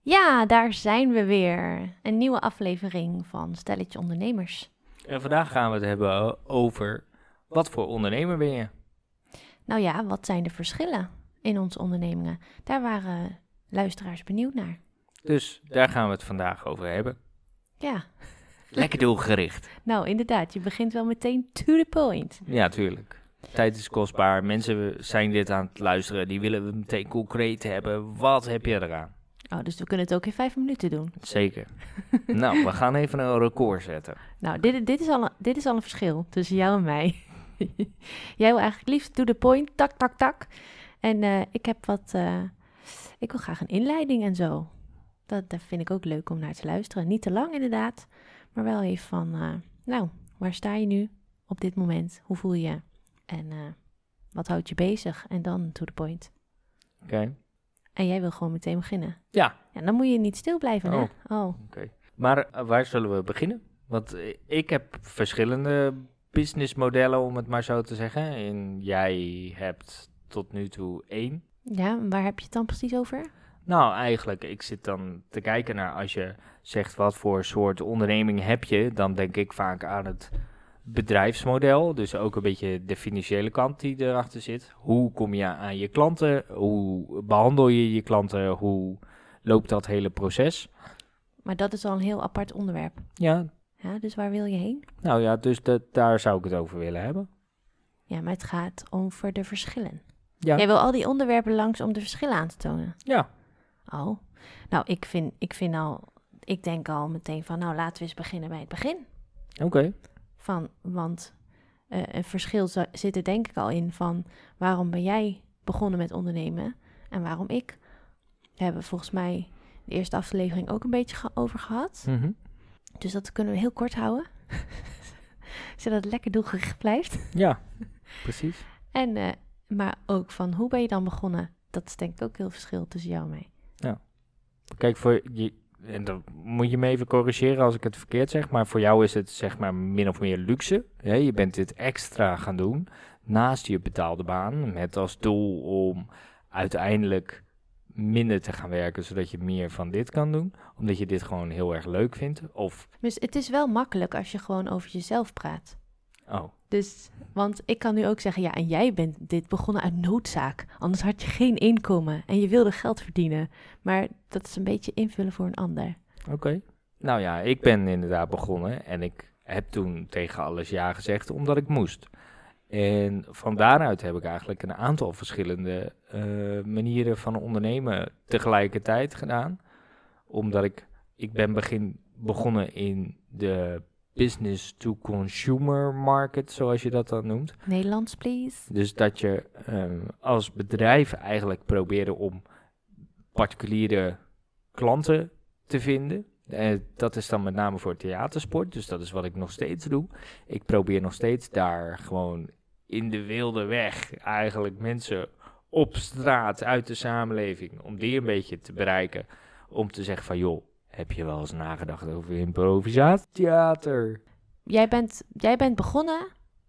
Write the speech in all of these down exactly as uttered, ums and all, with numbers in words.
Ja, daar zijn we weer. Een nieuwe aflevering van Stelletje Ondernemers. En vandaag gaan we het hebben over wat voor ondernemer ben je? Nou ja, wat zijn de verschillen in onze ondernemingen? Daar waren luisteraars benieuwd naar. Dus daar gaan we het vandaag over hebben. Ja, Lekker doelgericht. nou inderdaad, je begint wel meteen to the point. Ja, tuurlijk. Tijd is kostbaar. Mensen zijn dit aan het luisteren. Die willen we meteen concreet hebben. Wat heb je eraan? Oh, dus we kunnen het ook in vijf minuten doen. Zeker. Nou, we gaan even een record zetten. Nou, dit, dit, is al een, dit is al een verschil tussen jou en mij. Jij wil eigenlijk liefst to the point, tak, tak, tak. En uh, ik heb wat... Uh, ik wil graag een inleiding en zo. Dat, dat vind ik ook leuk om naar te luisteren. Niet te lang inderdaad, maar wel even van... Uh, nou, waar sta je nu op dit moment? Hoe voel je je? En uh, wat houdt je bezig? En dan to the point. Oké. Okay. En jij wil gewoon meteen beginnen. Ja. Ja, dan moet je niet stil blijven, oh. hè? Oh. Oké. Okay. Maar uh, waar zullen we beginnen? Want uh, ik heb verschillende businessmodellen, om het maar zo te zeggen. En jij hebt tot nu toe één. Ja, waar heb je het dan precies over? Nou, eigenlijk, ik zit dan te kijken naar als je zegt wat voor soort onderneming heb je, dan denk ik vaak aan het bedrijfsmodel. Dus ook een beetje de financiële kant die erachter zit. Hoe kom je aan je klanten? Hoe behandel je je klanten? Hoe loopt dat hele proces? Maar dat is al een heel apart onderwerp. Ja. Ja, dus waar wil je heen? Nou ja, dus dat, daar zou ik het over willen hebben. Ja, maar het gaat over de verschillen. Ja. Jij wil al die onderwerpen langs om de verschillen aan te tonen? Ja. Oh, nou ik vind, ik vind al, ik denk al meteen van nou laten we eens beginnen bij het begin. Oké. Okay. Van, want uh, een verschil z- zit er denk ik al in van waarom ben jij begonnen met ondernemen en waarom ik. Daar hebben we volgens mij de eerste aflevering ook een beetje ge- over gehad. Mm-hmm. Dus dat kunnen we heel kort houden. Zodat het lekker doelgericht blijft. Ja, precies. En, uh, maar ook van hoe ben je dan begonnen? Dat is denk ik ook heel verschil tussen jou en mij. Ja. Kijk, voor je, en dan moet je me even corrigeren als ik het verkeerd zeg, maar voor jou is het zeg maar min of meer luxe. Hè? Je bent dit extra gaan doen naast je betaalde baan met als doel om uiteindelijk minder te gaan werken, zodat je meer van dit kan doen, omdat je dit gewoon heel erg leuk vindt. Of... Dus het is wel makkelijk als je gewoon over jezelf praat. Oh. Dus, want ik kan nu ook zeggen, ja, en jij bent dit begonnen uit noodzaak. Anders had je geen inkomen en je wilde geld verdienen. Maar dat is een beetje invullen voor een ander. Oké. Okay. Nou ja, ik ben inderdaad begonnen en ik heb toen tegen alles ja gezegd, omdat ik moest. En van daaruit heb ik eigenlijk een aantal verschillende uh, manieren van ondernemen tegelijkertijd gedaan. Omdat ik, ik ben begin begonnen in de business-to-consumer market, zoals je dat dan noemt. Nederlands, please. Dus dat je um, als bedrijf eigenlijk probeerde om particuliere klanten te vinden. Uh, dat is dan met name voor theatersport, dus dat is wat ik nog steeds doe. Ik probeer nog steeds daar gewoon in de wilde weg eigenlijk mensen op straat uit de samenleving, om die een beetje te bereiken, om te zeggen van joh, heb je wel eens nagedacht over improvisatietheater? Jij bent, jij bent begonnen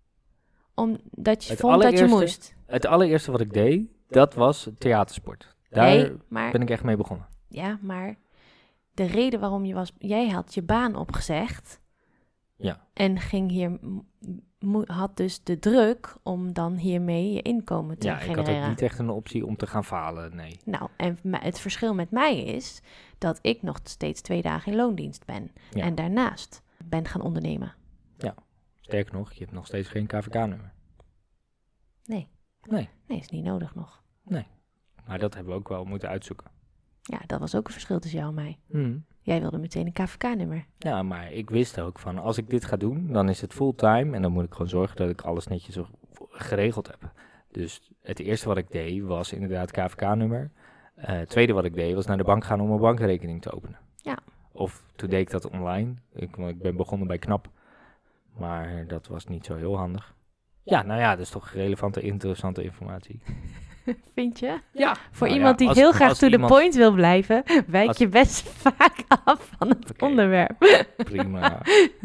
omdat je het vond dat je moest. Het allereerste wat ik deed, dat was theatersport. Daar nee, maar, ben ik echt mee begonnen. Ja, maar de reden waarom je was, jij had je baan opgezegd. Ja. En ging hier, mo- had dus de druk om dan hiermee je inkomen te ja, genereren. Ja, ik had ook niet echt een optie om te gaan falen, nee. Nou, en het verschil met mij is dat ik nog steeds twee dagen in loondienst ben. Ja. En daarnaast ben gaan ondernemen. Ja, sterker nog, je hebt nog steeds geen K V K-nummer. Nee. Nee. Nee, is niet nodig nog. Nee, maar dat hebben we ook wel moeten uitzoeken. Ja, dat was ook een verschil tussen jou en mij. Mm. Jij wilde meteen een K V K-nummer. Ja, maar ik wist ook van, als ik dit ga doen, dan is het fulltime. En dan moet ik gewoon zorgen dat ik alles netjes geregeld heb. Dus het eerste wat ik deed, was inderdaad K V K-nummer. Uh, het tweede wat ik deed, was naar de bank gaan om een bankrekening te openen. Ja. Of toen deed ik dat online. Ik, ik ben begonnen bij Knap. Maar dat was niet zo heel handig. Ja, nou ja, dat is toch relevante, interessante informatie. Vind je? Ja. Voor nou iemand ja, die als, heel graag to iemand... the point wil blijven, wijk als... je best vaak af van het okay. onderwerp. Prima.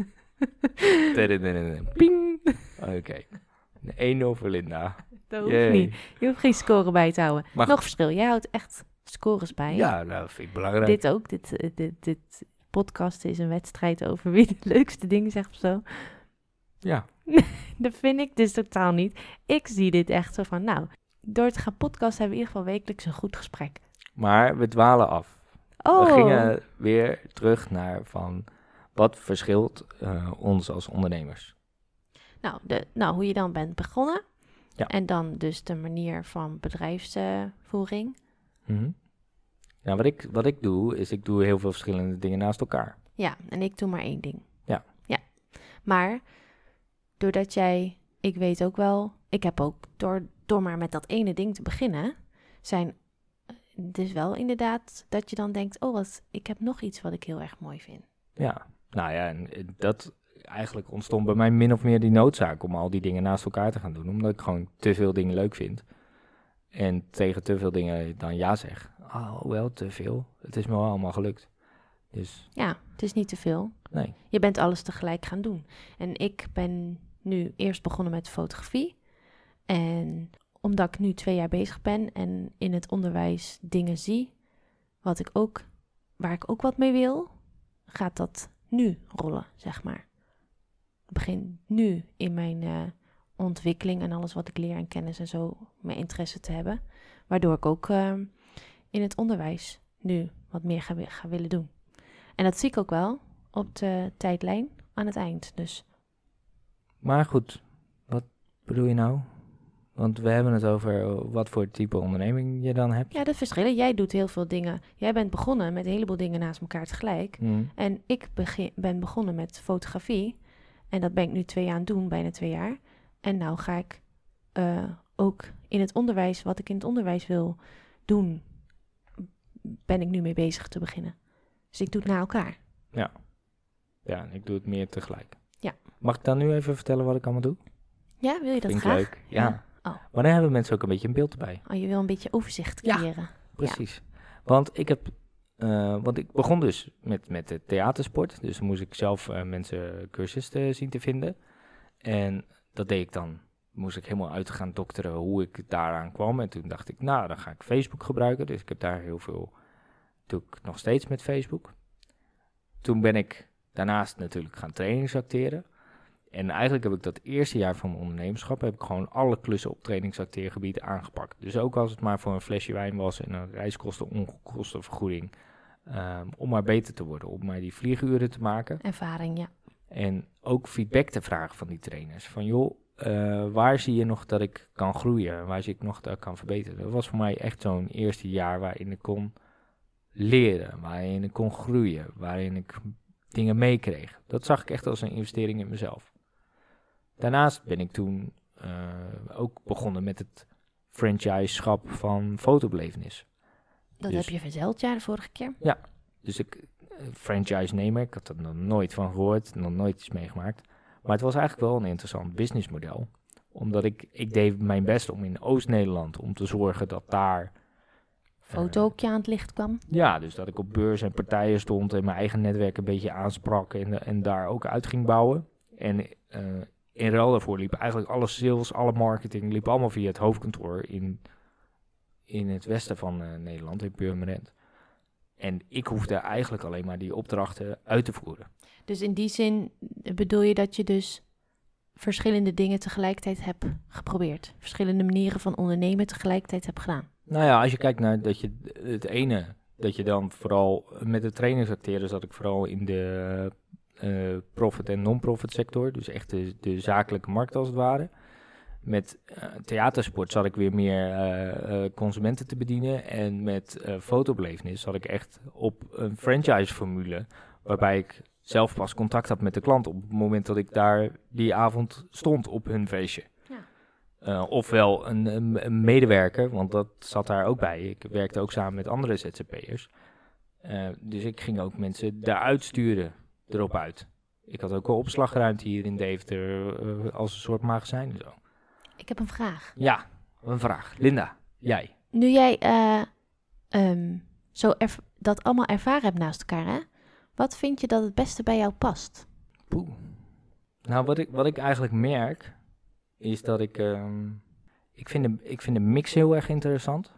Ping. Oké. Okay. één nul voor Linda. Dat hoeft Yay. niet. Je hoeft geen score bij te houden. Maar Nog verschil. Jij houdt echt scores bij. Ja, dat vind ik belangrijk. Dit ook. Dit, uh, dit, dit podcast is een wedstrijd over wie de leukste dingen zegt of zo. Ja. Dat vind ik dus totaal niet. Ik zie dit echt zo van, nou, door te gaan podcasten hebben we in ieder geval wekelijks een goed gesprek. Maar we dwalen af. Oh. We gingen weer terug naar van wat verschilt uh, ons als ondernemers. Nou, de, nou, hoe je dan bent begonnen. Ja. En dan dus de manier van bedrijfsvoering. Mm-hmm. Nou, wat ik, wat ik doe, is ik doe heel veel verschillende dingen naast elkaar. Ja, en ik doe maar één ding. Ja. Ja. Maar doordat jij, ik weet ook wel, ik heb ook door, door maar met dat ene ding te beginnen, zijn dus wel inderdaad dat je dan denkt, oh wat, ik heb nog iets wat ik heel erg mooi vind. Ja, nou ja, en dat eigenlijk ontstond bij mij min of meer die noodzaak om al die dingen naast elkaar te gaan doen, omdat ik gewoon te veel dingen leuk vind. En tegen te veel dingen dan ja zeg. Oh, wel te veel. Het is me wel allemaal gelukt. Dus ja, het is niet te veel. Nee. Je bent alles tegelijk gaan doen. En ik ben nu eerst begonnen met fotografie. En omdat ik nu twee jaar bezig ben en in het onderwijs dingen zie, wat ik ook, waar ik ook wat mee wil, gaat dat nu rollen, zeg maar. Ik begin nu in mijn uh, ontwikkeling en alles wat ik leer en kennis en zo, mijn interesse te hebben. Waardoor ik ook uh, in het onderwijs nu wat meer ga, ga willen doen. En dat zie ik ook wel op de tijdlijn aan het eind. Dus. Maar goed, wat bedoel je nou? Want we hebben het over wat voor type onderneming je dan hebt. Ja, dat verschillen. Jij doet heel veel dingen. Jij bent begonnen met een heleboel dingen naast elkaar tegelijk. Mm. En ik begin, ben begonnen met fotografie. En dat ben ik nu twee jaar aan het doen, bijna twee jaar. En nou ga ik uh, ook in het onderwijs, wat ik in het onderwijs wil doen, ben ik nu mee bezig te beginnen. Dus ik doe het na elkaar. Ja. Ja, ik doe het meer tegelijk. Ja. Mag ik dan nu even vertellen wat ik allemaal doe? Ja, wil je dat Vind ik graag? leuk. Ja. ja. Oh. Maar dan hebben mensen ook een beetje een beeld erbij. Oh, je wil een beetje overzicht creëren. Ja, precies. Ja. Want ik heb, uh, want ik begon dus met, met de theatersport. Dus dan moest ik zelf uh, mensen cursisten zien te vinden. En dat deed ik dan. Moest ik helemaal uit gaan dokteren hoe ik daaraan kwam. En toen dacht ik, nou, dan ga ik Facebook gebruiken. Dus ik heb daar heel veel, doe ik nog steeds met Facebook. Toen ben ik daarnaast natuurlijk gaan trainingsacteren. En eigenlijk heb ik dat eerste jaar van mijn ondernemerschap, heb ik gewoon alle klussen op trainingsacteergebied aangepakt. Dus ook als het maar voor een flesje wijn was en een reiskosten, onkostenvergoeding. Um, om maar beter te worden, om maar die vlieguren te maken. Ervaring, ja. En ook feedback te vragen van die trainers. Van joh, uh, waar zie je nog dat ik kan groeien? Waar zie ik nog dat ik kan verbeteren? Dat was voor mij echt zo'n eerste jaar waarin ik kon leren, waarin ik kon groeien, waarin ik dingen meekreeg. Dat zag ik echt als een investering in mezelf. Daarnaast ben ik toen uh, ook begonnen met het franchise-schap van fotobelevenis. Dat dus, heb je verzeld, ja, de vorige keer? Ja, dus ik, uh, franchise-nemer, ik had er nog nooit van gehoord, nog nooit iets meegemaakt. Maar het was eigenlijk wel een interessant businessmodel. Omdat ik, ik deed mijn best om in Oost-Nederland, om te zorgen dat daar fotootje aan het licht kwam. Ja, dus dat ik op beurs en partijen stond en mijn eigen netwerk een beetje aansprak en, en daar ook uit ging bouwen. En uh, in ruil daarvoor liep eigenlijk alle sales, alle marketing, liep allemaal via het hoofdkantoor in, in het westen van uh, Nederland, in Purmerend. En ik hoefde eigenlijk alleen maar die opdrachten uit te voeren. Dus in die zin bedoel je dat je dus verschillende dingen tegelijkertijd hebt geprobeerd? Verschillende manieren van ondernemen tegelijkertijd hebt gedaan? Nou ja, als je kijkt naar dat je het ene, dat je dan vooral met de trainingsacteren zat ik vooral in de uh, profit en non-profit sector. Dus echt de, de zakelijke markt als het ware. Met uh, theatersport zat ik weer meer uh, uh, consumenten te bedienen. En met uh, fotobelevenis zat ik echt op een franchise-formule. Waarbij ik zelf pas contact had met de klant op het moment dat ik daar die avond stond op hun feestje. Uh, ofwel een, een, een medewerker, want dat zat daar ook bij. Ik werkte ook samen met andere Z Z P'ers. Uh, dus ik ging ook mensen daaruit sturen, erop uit. Ik had ook een opslagruimte hier in Deventer uh, als een soort magazijn en zo. Ik heb een vraag. Ja, een vraag. Linda, jij. Nu jij uh, um, zo erv- dat allemaal ervaren hebt naast elkaar, hè? Wat vind je dat het beste bij jou past? Poeh. Nou, wat ik, wat ik eigenlijk merk, is dat ik... Um, ik, vind de, ik vind de mix heel erg interessant.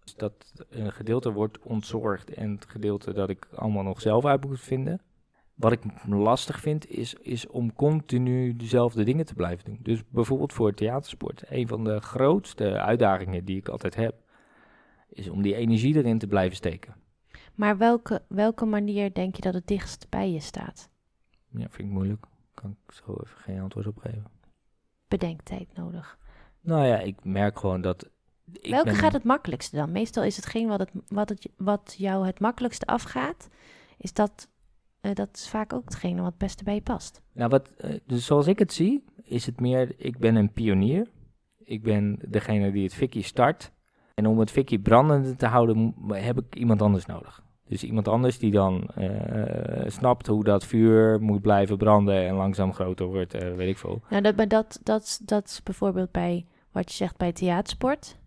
Dat een gedeelte wordt ontzorgd en het gedeelte dat ik allemaal nog zelf uit moet vinden. Wat ik lastig vind is, is om continu dezelfde dingen te blijven doen. Dus bijvoorbeeld voor theatersport. Een van de grootste uitdagingen die ik altijd heb, is om die energie erin te blijven steken. Maar welke, welke manier denk je dat het dichtst bij je staat? Ja, vind ik moeilijk. Kan ik zo even geen antwoord op geven. Bedenktijd nodig. Nou ja, ik merk gewoon dat... Ik welke ben... gaat het makkelijkste dan? Meestal is hetgeen wat, het, wat, het, wat jou het makkelijkste afgaat, is dat, uh, dat is vaak ook hetgene wat het beste bij je past. Nou, wat, uh, dus zoals ik het zie, is het meer, ik ben een pionier. Ik ben degene die het fikkie start. En om het fikkie brandende te houden, heb ik iemand anders nodig. Dus iemand anders die dan uh, snapt hoe dat vuur moet blijven branden en langzaam groter wordt, uh, weet ik veel. Nou, dat, maar dat, dat, dat is bijvoorbeeld bij wat je zegt bij theatersport.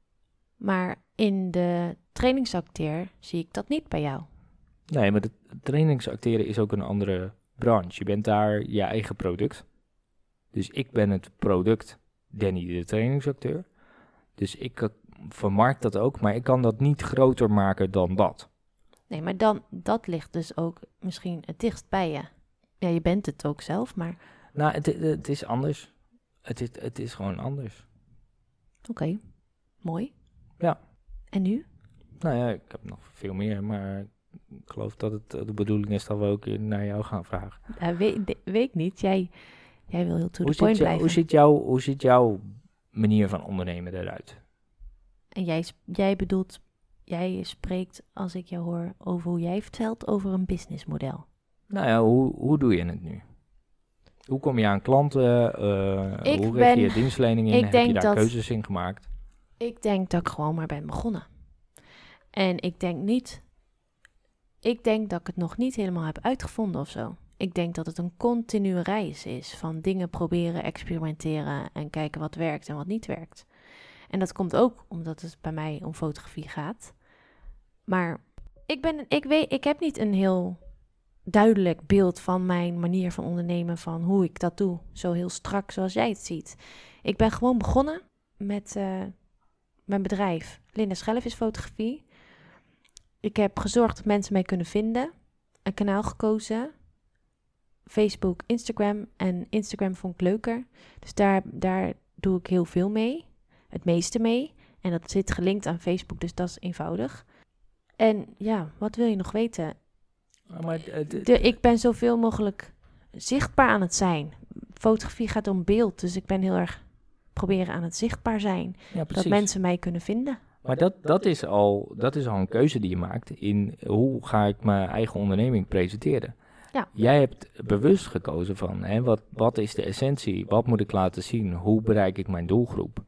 Maar in de trainingsacteer zie ik dat niet bij jou. Nee, maar de trainingsacteren is ook een andere branche. Je bent daar je eigen product. Dus ik ben het product, Danny de trainingsacteur. Dus ik uh, vermarkt dat ook, maar ik kan dat niet groter maken dan dat. Nee, maar dan, dat ligt dus ook misschien het dichtst bij je. Ja, je bent het ook zelf, maar... Nou, het, het is anders. Het is, het is gewoon anders. Oké, okay. Mooi. Ja. En nu? Nou ja, ik heb nog veel meer, maar ik geloof dat het de bedoeling is dat we ook naar jou gaan vragen. Uh, weet, weet ik niet. Jij, jij wil heel to hoe the point jou, blijven. Hoe ziet, jou, hoe ziet jouw manier van ondernemen eruit? En jij, jij bedoelt, jij spreekt, als ik jou hoor, over hoe jij vertelt over een businessmodel. Nou ja, hoe, hoe doe je het nu? Hoe kom je aan klanten? Uh, ik hoe ben, richt je je dienstverlening in? Ik Heb denk je daar dat, keuzes in gemaakt? Ik denk dat ik gewoon maar ben begonnen. En ik denk niet... Ik denk dat ik het nog niet helemaal heb uitgevonden of zo. Ik denk dat het een continue reis is van dingen proberen, experimenteren en kijken wat werkt en wat niet werkt. En dat komt ook omdat het bij mij om fotografie gaat. Maar ik, ben, ik, weet, ik heb niet een heel duidelijk beeld van mijn manier van ondernemen, van hoe ik dat doe. Zo heel strak zoals jij het ziet. Ik ben gewoon begonnen met uh, mijn bedrijf. Linda Schelf is fotografie. Ik heb gezorgd dat mensen mij kunnen vinden. Een kanaal gekozen. Facebook, Instagram. En Instagram vond ik leuker. Dus daar, daar doe ik heel veel mee. Het meeste mee. En dat zit gelinkt aan Facebook, dus dat is eenvoudig. En ja, wat wil je nog weten? Maar de, de, de, ik ben zoveel mogelijk zichtbaar aan het zijn. Fotografie gaat om beeld, dus ik ben heel erg proberen aan het zichtbaar zijn. Ja, dat mensen mij kunnen vinden. Maar dat, dat, is al, dat is al een keuze die je maakt in hoe ga ik mijn eigen onderneming presenteren. Ja. Jij hebt bewust gekozen van hè, wat, wat is de essentie, wat moet ik laten zien, hoe bereik ik mijn doelgroep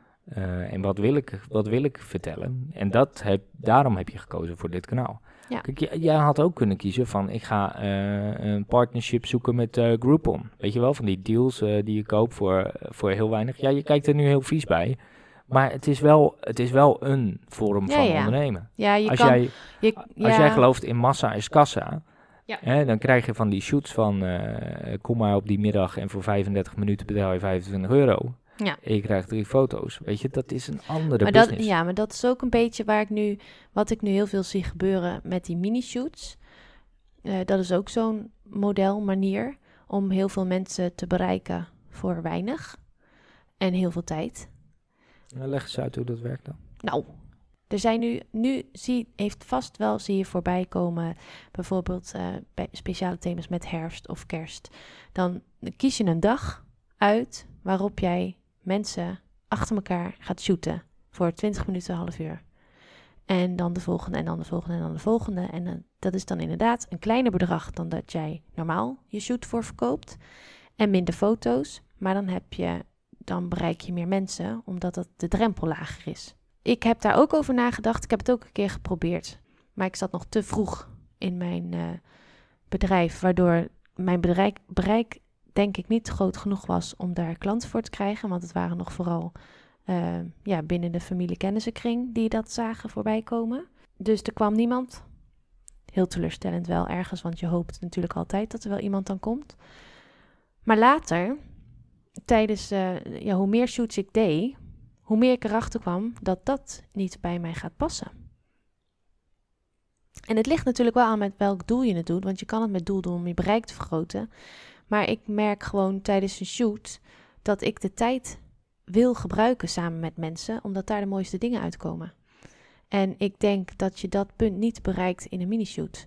uh, en wat wil, ik, wat wil ik vertellen. En dat heb, daarom heb je gekozen voor dit kanaal. Ja. Kijk, j- jij had ook kunnen kiezen van ik ga uh, een partnership zoeken met uh, Groupon. Weet je wel, van die deals uh, die je koopt voor, voor heel weinig. Ja, je kijkt er nu heel vies bij. Maar het is wel, het is wel een vorm ja, van ja. ondernemen. Ja, je als kan, jij, je, als ja. jij gelooft in massa is kassa, ja. hè, dan krijg je van die shoots van uh, kom maar op die middag en voor vijfendertig minuten betaal je vijfentwintig euro. Ja. En je krijgt drie foto's. Weet je, dat is een andere maar business. Dat, ja, maar dat is ook een beetje waar ik nu, wat ik nu heel veel zie gebeuren met die mini-shoots. Uh, dat is ook zo'n model, manier om heel veel mensen te bereiken voor weinig en heel veel tijd. Nou, leg eens uit hoe dat werkt dan. Nou, er zijn nu, nu zie, heeft vast wel, zie je voorbij komen, bijvoorbeeld uh, bij speciale thema's met herfst of kerst. Dan kies je een dag uit waarop jij mensen achter elkaar gaat shooten voor twintig minuten, een half uur. En dan de volgende en dan de volgende en dan de volgende. En uh, dat is dan inderdaad een kleiner bedrag dan dat jij normaal je shoot voor verkoopt. En minder foto's, maar dan heb je... dan bereik je meer mensen, omdat het de drempel lager is. Ik heb daar ook over nagedacht. Ik heb het ook een keer geprobeerd. Maar ik zat nog te vroeg in mijn uh, bedrijf, waardoor mijn bereik, bereik denk ik niet groot genoeg was om daar klanten voor te krijgen. Want het waren nog vooral uh, ja, binnen de familie-kennissenkring die dat zagen voorbij komen. Dus er kwam niemand. Heel teleurstellend wel ergens, want je hoopt natuurlijk altijd dat er wel iemand dan komt. Maar later... Tijdens, uh, ja, hoe meer shoots ik deed, hoe meer ik erachter kwam dat dat niet bij mij gaat passen. En het ligt natuurlijk wel aan met welk doel je het doet, want je kan het met doel doen om je bereik te vergroten. Maar ik merk gewoon tijdens een shoot dat ik de tijd wil gebruiken samen met mensen, omdat daar de mooiste dingen uitkomen. En ik denk dat je dat punt niet bereikt in een minishoot.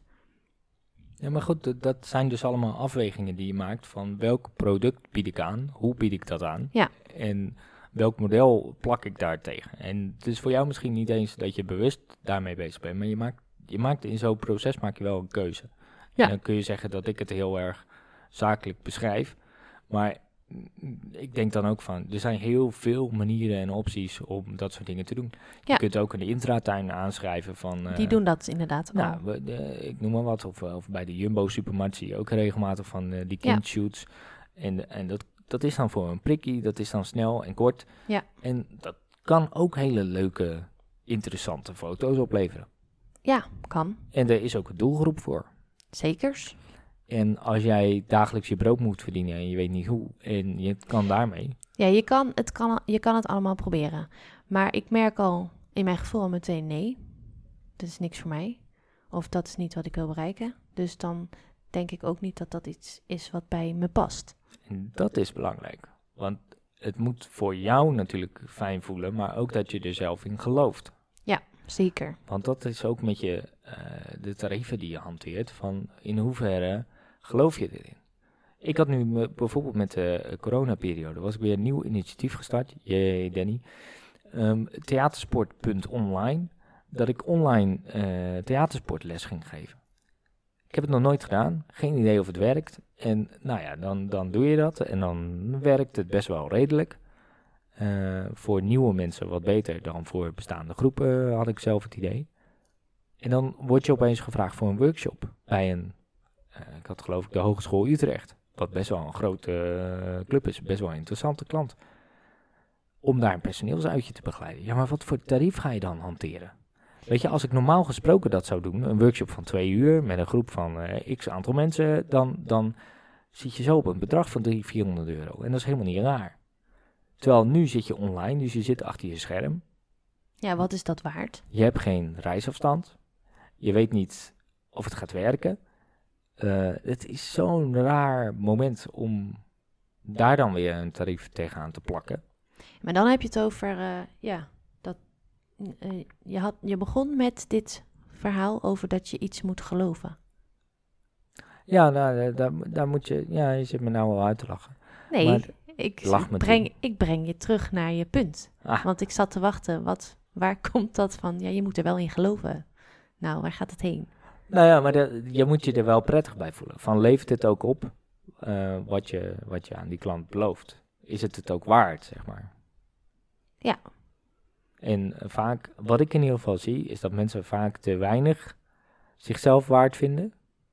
Ja, maar goed, dat, dat zijn dus allemaal afwegingen die je maakt van welk product bied ik aan, hoe bied ik dat aan Ja. en welk model plak ik daar tegen. En het is voor jou misschien niet eens dat je bewust daarmee bezig bent, maar je maakt, je maakt in zo'n proces maak je wel een keuze. Ja. En dan kun je zeggen dat ik het heel erg zakelijk beschrijf, maar ik denk dan ook van, er zijn heel veel manieren en opties om dat soort dingen te doen. Ja. Je kunt ook een intratuin aanschrijven van... Uh, Die doen dat inderdaad nou, al. we, de, ik noem maar wat, of, of bij de Jumbo-supermarkt zie je ook regelmatig van uh, die Ja. kindshoots. En, en dat, dat is dan voor een prikkie, dat is dan snel en kort. Ja. En dat kan ook hele leuke, interessante foto's opleveren. Ja, kan. En er is ook een doelgroep voor. Zekers. En als jij dagelijks je brood moet verdienen en je weet niet hoe, en je kan daarmee... Ja, je kan, het kan, je kan het allemaal proberen. Maar ik merk al in mijn gevoel al meteen nee. Dat is niks voor mij. Of dat is niet wat ik wil bereiken. Dus dan denk ik ook niet dat dat iets is wat bij me past. En dat is belangrijk. Want het moet voor jou natuurlijk fijn voelen, maar ook dat je er zelf in gelooft. Ja, zeker. Want dat is ook met je, uh, de tarieven die je hanteert, van in hoeverre geloof je erin. Ik had nu me, bijvoorbeeld met de coronaperiode, was ik weer een nieuw initiatief gestart, jee Danny, um, theatersport punt online, dat ik online uh, theatersportles ging geven. Ik heb het nog nooit gedaan, geen idee of het werkt. En nou ja, dan, dan doe je dat en dan werkt het best wel redelijk. Uh, voor nieuwe mensen wat beter dan voor bestaande groepen, had ik zelf het idee. En dan word je opeens gevraagd voor een workshop bij een, uh, ik had geloof ik de Hogeschool Utrecht, wat best wel een grote uh, club is, best wel een interessante klant. Om daar een personeelsuitje te begeleiden. Ja, maar wat voor tarief ga je dan hanteren? Weet je, als ik normaal gesproken dat zou doen, een workshop van twee uur met een groep van uh, x aantal mensen, dan, dan zit je zo op een bedrag van driehonderd, vierhonderd euro. En dat is helemaal niet raar. Terwijl nu zit je online, dus je zit achter je scherm. Ja, wat is dat waard? Je hebt geen reisafstand. Je weet niet of het gaat werken. Uh, het is zo'n raar moment om daar dan weer een tarief tegenaan te plakken. Maar dan heb je het over, uh, ja, dat uh, je, had, je begon met dit verhaal over dat je iets moet geloven. Ja, nou, daar, daar moet je, ja, je zit me nou wel uit te lachen. Nee, maar, ik, lach me breng, ik breng je terug naar je punt. Ah. Want ik zat te wachten, wat, waar komt dat van? Ja, je moet er wel in geloven. Nou, waar gaat het heen? Nou ja, maar de, je moet je er wel prettig bij voelen. Van levert het ook op uh, wat, je, wat je aan die klant belooft? Is het het ook waard, zeg maar? Ja. En uh, vaak, wat ik in ieder geval zie, is dat mensen vaak te weinig zichzelf waard vinden.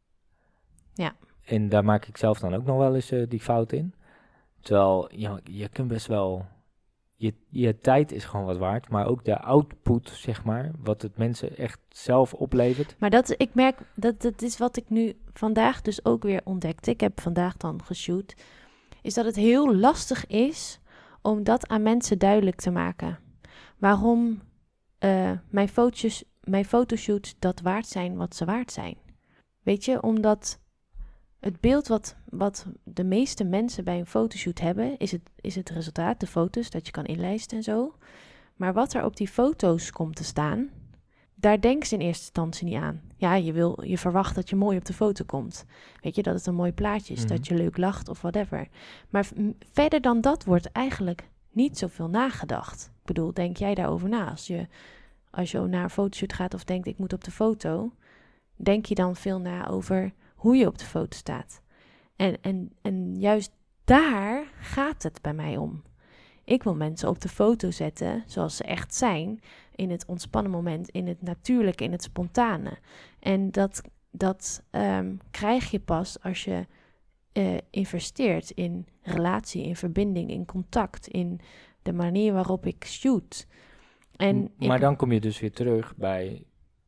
Ja. En daar maak ik zelf dan ook nog wel eens uh, die fout in. Terwijl, ja, je kunt best wel... Je, je tijd is gewoon wat waard, maar ook de output, zeg maar, wat het mensen echt zelf oplevert. Maar dat, ik merk, dat, dat is wat ik nu vandaag dus ook weer ontdekte. Ik heb vandaag dan geshoot. Is dat het heel lastig is om dat aan mensen duidelijk te maken. Waarom uh, mijn, foto's, mijn fotoshoots dat waard zijn wat ze waard zijn. Weet je, omdat het beeld wat, wat de meeste mensen bij een fotoshoot hebben, is het, is het resultaat, de foto's, dat je kan inlijsten en zo. Maar wat er op die foto's komt te staan, daar denken ze in eerste instantie niet aan. Ja, je, wil, je verwacht dat je mooi op de foto komt. Weet je, dat het een mooi plaatje is, mm-hmm. dat je leuk lacht of whatever. Maar v- verder dan dat wordt eigenlijk niet zoveel nagedacht. Ik bedoel, denk jij daarover na? Als je, als je naar een fotoshoot gaat of denkt, ik moet op de foto, denk je dan veel na over hoe je op de foto staat. En, en, en juist daar gaat het bij mij om. Ik wil mensen op de foto zetten zoals ze echt zijn, in het ontspannen moment, in het natuurlijke, in het spontane. En dat, dat um, krijg je pas als je uh, investeert in relatie, in verbinding, in contact, in de manier waarop ik shoot. En maar ik, dan kom je dus weer terug bij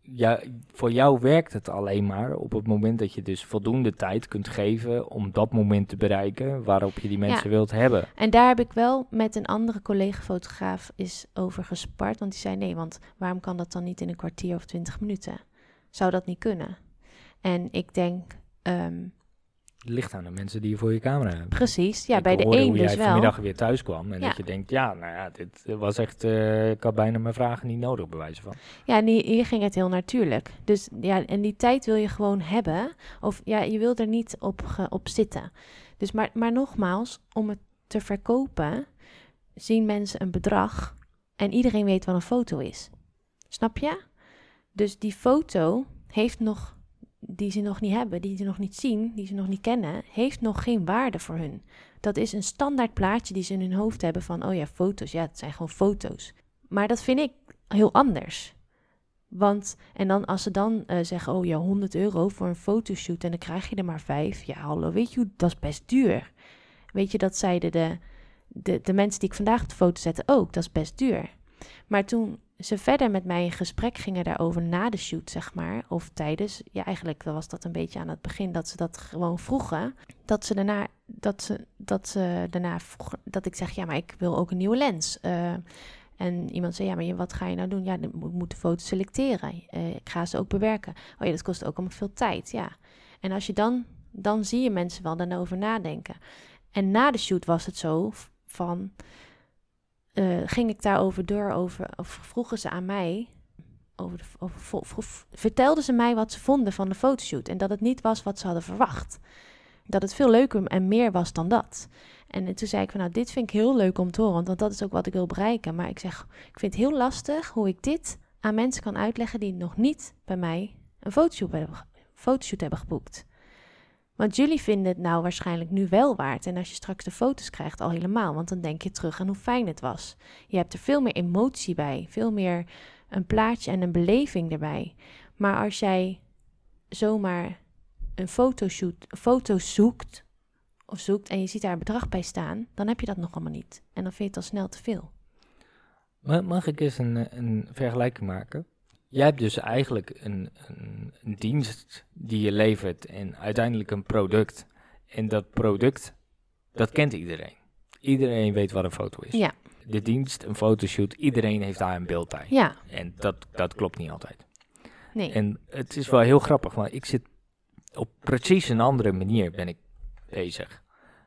ja, voor jou werkt het alleen maar op het moment dat je dus voldoende tijd kunt geven om dat moment te bereiken waarop je die mensen Ja. wilt hebben. En daar heb ik wel met een andere collega-fotograaf is over gespart. Want die zei, nee, want waarom kan dat dan niet in een kwartier of twintig minuten? Zou dat niet kunnen? En ik denk... Um, Het ligt aan de mensen die je voor je camera hebt. Precies, ja, ik bij de hoorde een hoe dus jij wel. vanmiddag weer thuis kwam en Ja. dat je denkt, ja, nou ja, dit was echt, uh, ik had bijna mijn vragen niet nodig, bij wijze van. Ja, en hier ging het heel natuurlijk. Dus ja, en die tijd wil je gewoon hebben. Of ja, je wil er niet op, ge, op zitten. Dus maar, maar nogmaals, om het te verkopen, zien mensen een bedrag en iedereen weet wat een foto is. Snap je? Dus die foto heeft nog, die ze nog niet hebben, die ze nog niet zien, die ze nog niet kennen, heeft nog geen waarde voor hun. Dat is een standaard plaatje die ze in hun hoofd hebben van, oh ja, foto's, ja, het zijn gewoon foto's. Maar dat vind ik heel anders. Want, en dan als ze dan uh, zeggen, oh ja, honderd euro voor een fotoshoot en dan krijg je er maar vijf. Ja, hallo, weet je hoe, dat is best duur. Weet je, dat zeiden de, de, de mensen die ik vandaag op de foto zette ook, dat is best duur. Maar toen ze verder met mij in gesprek gingen daarover na de shoot, zeg maar, of tijdens, ja, eigenlijk was dat een beetje aan het begin, dat ze dat gewoon vroegen, dat ze daarna, dat ze, dat ze daarna vroegen, dat ik zeg, ja, maar ik wil ook een nieuwe lens. Uh, en iemand zei, ja, maar wat ga je nou doen? Ja, ik moet de foto's selecteren. Uh, ik ga ze ook bewerken. Oh ja, dat kost ook allemaal veel tijd, ja. En als je dan, dan zie je mensen wel daarover nadenken. En na de shoot was het zo van... Uh, ging ik daarover door, over, of vroegen ze aan mij, over de, over, vo, vo, vertelden ze mij wat ze vonden van de fotoshoot en dat het niet was wat ze hadden verwacht. Dat het veel leuker en meer was dan dat. En toen zei ik van, nou, dit vind ik heel leuk om te horen, want dat is ook wat ik wil bereiken. Maar ik zeg, ik vind het heel lastig hoe ik dit aan mensen kan uitleggen die nog niet bij mij een fotoshoot hebben, fotoshoot hebben geboekt. Want jullie vinden het nou waarschijnlijk nu wel waard. En als je straks de foto's krijgt, al helemaal. Want dan denk je terug aan hoe fijn het was. Je hebt er veel meer emotie bij. Veel meer een plaatje en een beleving erbij. Maar als jij zomaar een fotoshoot, foto zoekt... of zoekt en je ziet daar een bedrag bij staan... dan heb je dat nog allemaal niet. En dan vind je het al snel te veel. Mag ik eens een, een vergelijking maken? Jij hebt dus eigenlijk een, een, een dienst die je levert en uiteindelijk een product. En dat product, dat kent iedereen. Iedereen weet wat een foto is. Ja. De dienst, een fotoshoot, iedereen heeft daar een beeld bij. Ja. En dat, dat klopt niet altijd. Nee. En het is wel heel grappig, want ik zit op precies een andere manier ben ik bezig.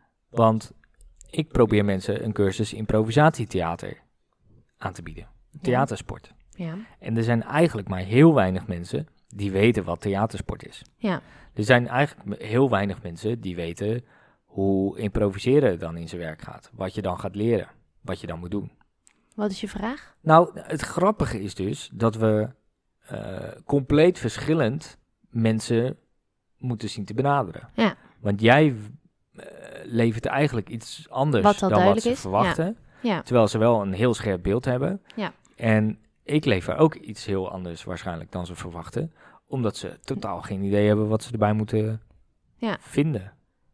Want ik probeer mensen een cursus improvisatietheater aan te bieden. Theatersport. Ja. En er zijn eigenlijk maar heel weinig mensen die weten wat theatersport is. Ja. Er zijn eigenlijk heel weinig mensen die weten hoe improviseren dan in zijn werk gaat. Wat je dan gaat leren, wat je dan moet doen. Wat is je vraag? Nou, het grappige is dus dat we uh, compleet verschillend mensen moeten zien te benaderen. Ja. Want jij uh, levert eigenlijk iets anders wat dan wat ze is. verwachten. Ja. Ja. Terwijl ze wel een heel scherp beeld hebben. Ja. En ik lever ook iets heel anders waarschijnlijk dan ze verwachten. Omdat ze totaal geen idee hebben wat ze erbij moeten ja. vinden.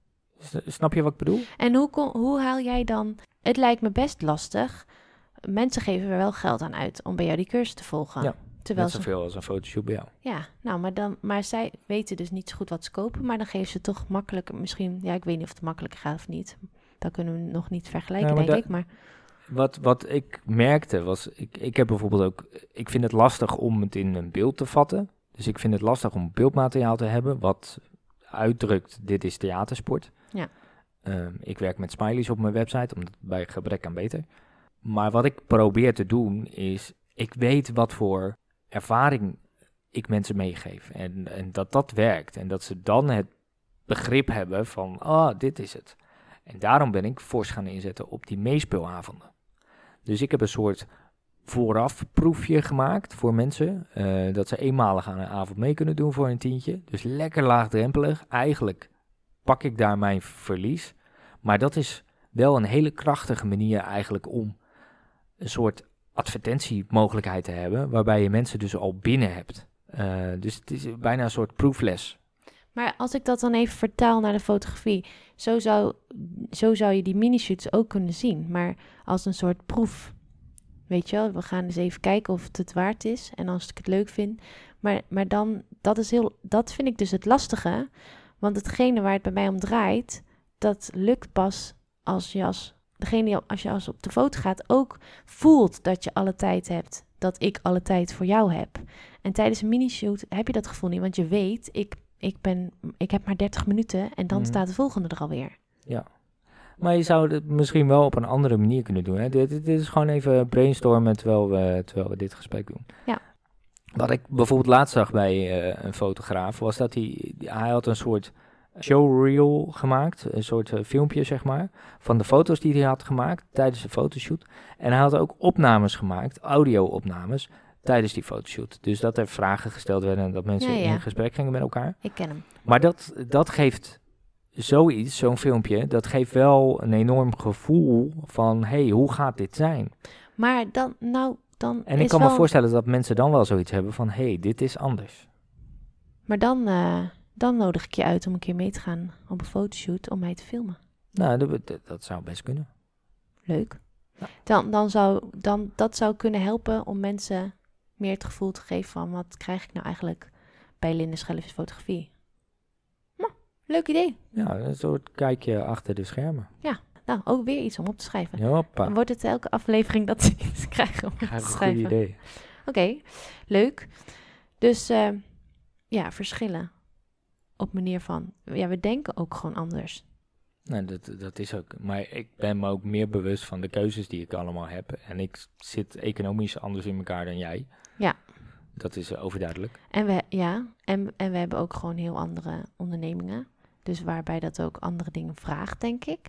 Snap je wat ik bedoel? En hoe, kon, hoe haal jij dan... Het lijkt me best lastig. Mensen geven er wel geld aan uit om bij jou die cursus te volgen. Ja, terwijl net zoveel ze... als een fotoshoot bij jou. Ja, nou, maar, dan, maar zij weten dus niet zo goed wat ze kopen. Maar dan geven ze toch makkelijker... Misschien, ja, ik weet niet of het makkelijker gaat of niet. Dat kunnen we nog niet vergelijken, ja, denk da- ik. Maar... Wat, wat ik merkte was... Ik, ik heb bijvoorbeeld ook... Ik vind het lastig om het in een beeld te vatten. Dus ik vind het lastig om beeldmateriaal te hebben... wat uitdrukt, dit is theatersport. Ja. Um, ik werk met smileys op mijn website, omdat bij gebrek aan beter. Maar wat ik probeer te doen is... Ik weet wat voor ervaring ik mensen meegeef. En, en dat dat werkt. En dat ze dan het begrip hebben van... Ah, oh, dit is het. En daarom ben ik fors gaan inzetten op die meespeelavonden. Dus ik heb een soort vooraf proefje gemaakt voor mensen. Uh, dat ze eenmalig aan een avond mee kunnen doen voor een tientje. Dus lekker laagdrempelig. Eigenlijk pak ik daar mijn verlies. Maar dat is wel een hele krachtige manier eigenlijk om een soort advertentiemogelijkheid te hebben. Waarbij je mensen dus al binnen hebt. Uh, dus het is bijna een soort proefles. Maar als ik dat dan even vertaal naar de fotografie, zo zou, zo zou je die minishoots ook kunnen zien, maar als een soort proef. weet je wel, we gaan eens even kijken of het het waard is. En als ik het leuk vind. Maar, maar dan, dat is heel, dat vind ik dus het lastige. Want hetgene waar het bij mij om draait, dat lukt pas als je als, degene die als je als op de foto gaat ook voelt dat je alle tijd hebt. Dat ik alle tijd voor jou heb. En tijdens een minishoot heb je dat gevoel niet. Want je weet, ik, ik, ben, ik heb maar dertig minuten en dan Mhm. staat de volgende er alweer. Ja. Maar je zou het misschien wel op een andere manier kunnen doen. Hè? Dit, dit is gewoon even brainstormen terwijl we, terwijl we dit gesprek doen. Ja. Wat ik bijvoorbeeld laatst zag bij uh, een fotograaf, was dat hij, hij had een soort showreel gemaakt. Een soort uh, filmpje, zeg maar, van de foto's die hij had gemaakt tijdens de fotoshoot. En hij had ook opnames gemaakt, audio-opnames, tijdens die fotoshoot. Dus dat er vragen gesteld werden en dat mensen Ja, ja. in gesprek gingen met elkaar. Ik ken hem. Maar dat, dat geeft zoiets, zo'n filmpje, dat geeft wel een enorm gevoel van, hé, hey, hoe gaat dit zijn? Maar dan, nou, dan En is ik kan wel... me voorstellen dat mensen dan wel zoiets hebben van, hé, hey, dit is anders. Maar dan, uh, dan nodig ik je uit om een keer mee te gaan op een fotoshoot om mij te filmen. Nou, dat, dat, dat zou best kunnen. Leuk. Ja. Dan, dan zou, dan, dat zou kunnen helpen om mensen meer het gevoel te geven van, wat krijg ik nou eigenlijk bij Linde Schellefs fotografie? Nou, leuk idee. Ja, een soort kijkje achter de schermen. Nou, ook weer iets om op te schrijven. Hoppa. Dan wordt het elke aflevering dat ze iets krijgen om op te Krijg een goed schrijven. idee. Oké, okay, leuk. Dus uh, ja, verschillen op manier van, ja, we denken ook gewoon anders. Nou, dat, dat is ook, maar ik ben me ook meer bewust van de keuzes die ik allemaal heb. En ik zit economisch anders in elkaar dan jij. Ja. Dat is uh, overduidelijk. En we, ja, en, en we hebben ook gewoon heel andere ondernemingen. Dus waarbij dat ook andere dingen vraagt, denk ik.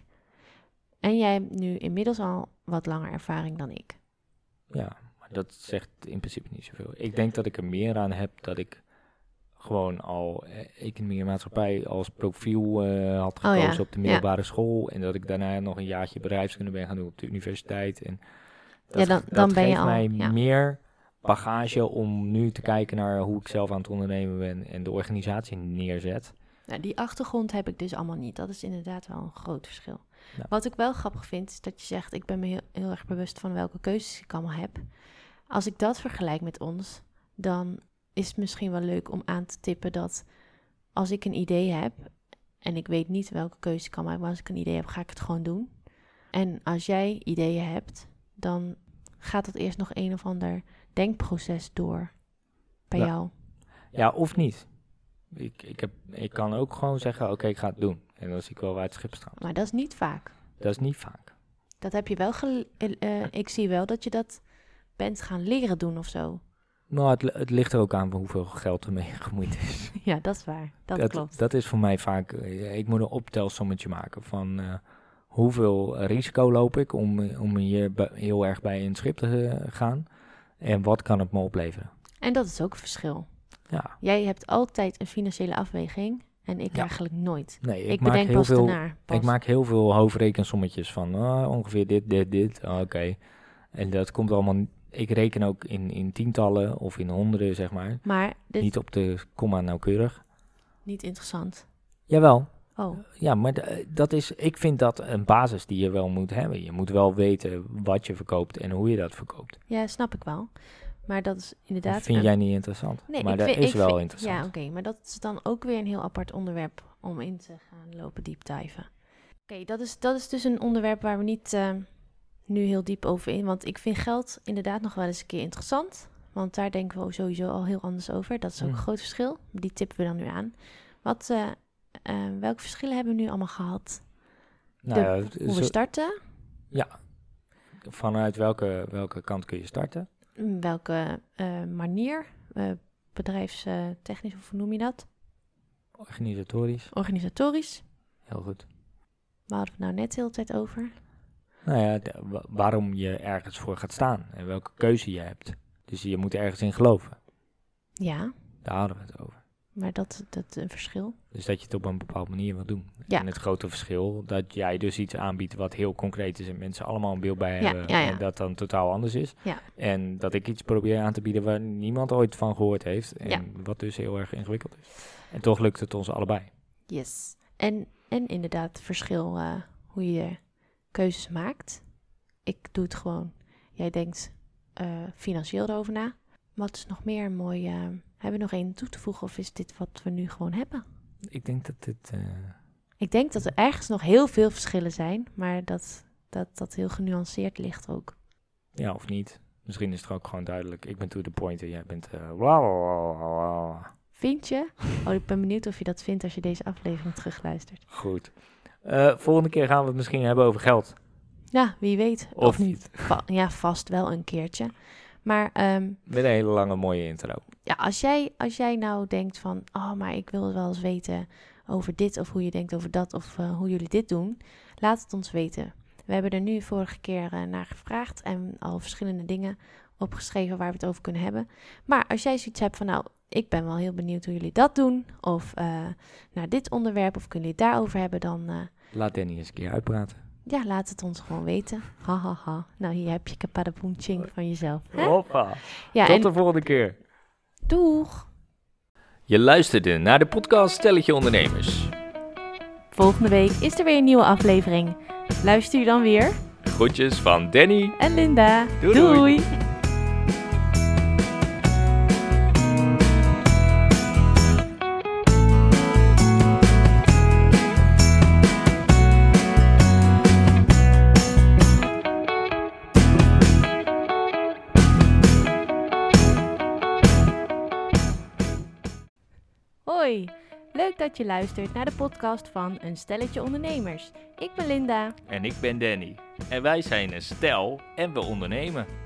En jij hebt nu inmiddels al wat langer ervaring dan ik. Ja, maar dat zegt in principe niet zoveel. Ik denk dat ik er meer aan heb dat ik gewoon al eh, economie en maatschappij als profiel uh, had gekozen oh ja, op de middelbare ja. school. En dat ik daarna nog een jaartje bedrijfskunde ben gaan doen op de universiteit. En dat, ja, dan, dan dat ben geeft je al, mij ja. meer bagage om nu te kijken naar hoe ik zelf aan het ondernemen ben en de organisatie neerzet. Nou, die achtergrond heb ik dus allemaal niet. Dat is inderdaad wel een groot verschil. Ja. Wat ik wel grappig vind, is dat je zegt, ik ben me heel, heel erg bewust van welke keuzes ik allemaal heb. Als ik dat vergelijk met ons, dan is het misschien wel leuk om aan te tippen dat als ik een idee heb, en ik weet niet welke keuze ik kan maken, maar als ik een idee heb, ga ik het gewoon doen. En als jij ideeën hebt, dan gaat dat eerst nog een of ander denkproces door bij ja. jou. Ja, of niet. Ik, ik, heb, ik kan ook gewoon zeggen, oké, okay, ik ga het doen. En dan zie ik wel waar het schip staat. Maar dat is niet vaak. Dat is niet vaak. Dat heb je wel gele- uh, ik zie wel dat je dat bent gaan leren doen of zo. Nou, het, het ligt er ook aan hoeveel geld ermee gemoeid is. Ja, dat is waar. Dat, dat klopt. Dat is voor mij vaak, uh, ik moet een optelsommetje maken van uh, hoeveel risico loop ik om, om hier b- heel erg bij een schip te uh, gaan. En wat kan het me opleveren. En dat is ook een verschil. Ja. Jij hebt altijd een financiële afweging en ik ja. eigenlijk nooit. Nee, ik, ik maak bedenk heel pas veel, daarna. Pas. Ik maak heel veel hoofdrekensommetjes van oh, ongeveer dit, dit, dit. Oh, Oké. Okay. En dat komt allemaal, ik reken ook in, in tientallen of in honderden, zeg maar. Maar dit... Niet op de komma nauwkeurig. Niet interessant. Jawel. Oh. Ja, maar d- dat is, ik vind dat een basis die je wel moet hebben. Je moet wel weten wat je verkoopt en hoe je dat verkoopt. Ja, snap ik wel. Maar dat is inderdaad... Dat vind een... jij niet interessant. Nee, maar ik dat vind, is ik wel vind... interessant. Ja, oké. Okay, maar dat is dan ook weer een heel apart onderwerp om in te gaan lopen deepdiven. Oké, okay, dat, is, dat is dus een onderwerp waar we niet uh, nu heel diep over in... Want ik vind geld inderdaad nog wel eens een keer interessant. Want daar denken we sowieso al heel anders over. Dat is ook hmm. een groot verschil. Die tippen we dan nu aan. Wat, uh, uh, welke verschillen hebben we nu allemaal gehad? Nou, De, ja, hoe zo, we starten? Ja. Vanuit welke, welke kant kun je starten? Welke uh, manier, uh, bedrijfstechnisch, uh, of hoe noem je dat? Organisatorisch. Organisatorisch. Heel goed. Waar hadden we het nou net de hele tijd over? Nou ja, de, wa- waarom je ergens voor gaat staan en welke keuze je hebt. Dus je moet ergens in geloven. Ja. Daar hadden we het over. Maar dat is een verschil. Dus dat je het op een bepaalde manier wil doen. Ja. En het grote verschil, dat jij dus iets aanbiedt wat heel concreet is en mensen allemaal een beeld bij ja, hebben ja, ja. en dat dan totaal anders is. Ja. En dat ik iets probeer aan te bieden waar niemand ooit van gehoord heeft en ja. wat dus heel erg ingewikkeld is. En toch lukt het ons allebei. Yes. En, en inderdaad verschil uh, hoe je keuzes maakt. Ik doe het gewoon. Jij denkt, uh, financieel erover na. Wat is nog meer mooi? Uh, hebben we nog één toe te voegen of is dit wat we nu gewoon hebben? Ik denk dat dit... Uh... Ik denk dat er ergens nog heel veel verschillen zijn, maar dat dat, dat heel genuanceerd ligt ook. Ja, of niet. Misschien is het ook gewoon duidelijk. Ik ben to the point en jij bent... Uh, wow, wow, wow. Vind je? Oh, ik ben benieuwd of je dat vindt als je deze aflevering terugluistert. Goed. Uh, volgende keer gaan we het misschien hebben over geld. Ja, wie weet. Of, of niet. Va- ja, vast wel een keertje. Maar... Um, Met een hele lange mooie intro. Ja, als jij, als jij nou denkt van... Oh, maar ik wil wel eens weten over dit of hoe je denkt over dat of uh, hoe jullie dit doen. Laat het ons weten. We hebben er nu vorige keer uh, naar gevraagd en al verschillende dingen opgeschreven waar we het over kunnen hebben. Maar als jij zoiets hebt van... nou, ik ben wel heel benieuwd hoe jullie dat doen. Of uh, naar dit onderwerp of kunnen jullie het daarover hebben, dan... Uh, Laat Danny eens een keer uitpraten. Ja, laat het ons gewoon weten. Ha, ha, ha. Nou, hier heb je kapadaboenching van jezelf. Hè? Hoppa. Ja, tot en... de volgende keer. Doeg. Je luisterde naar de podcast Stelletje Ondernemers. Volgende week is er weer een nieuwe aflevering. Luister je dan weer? Groetjes van Danny en Linda. Doei. Doei. Doei. Hoi, leuk dat je luistert naar de podcast van Een Stelletje Ondernemers. Ik ben Linda. En ik ben Danny. En wij zijn een stel en we ondernemen.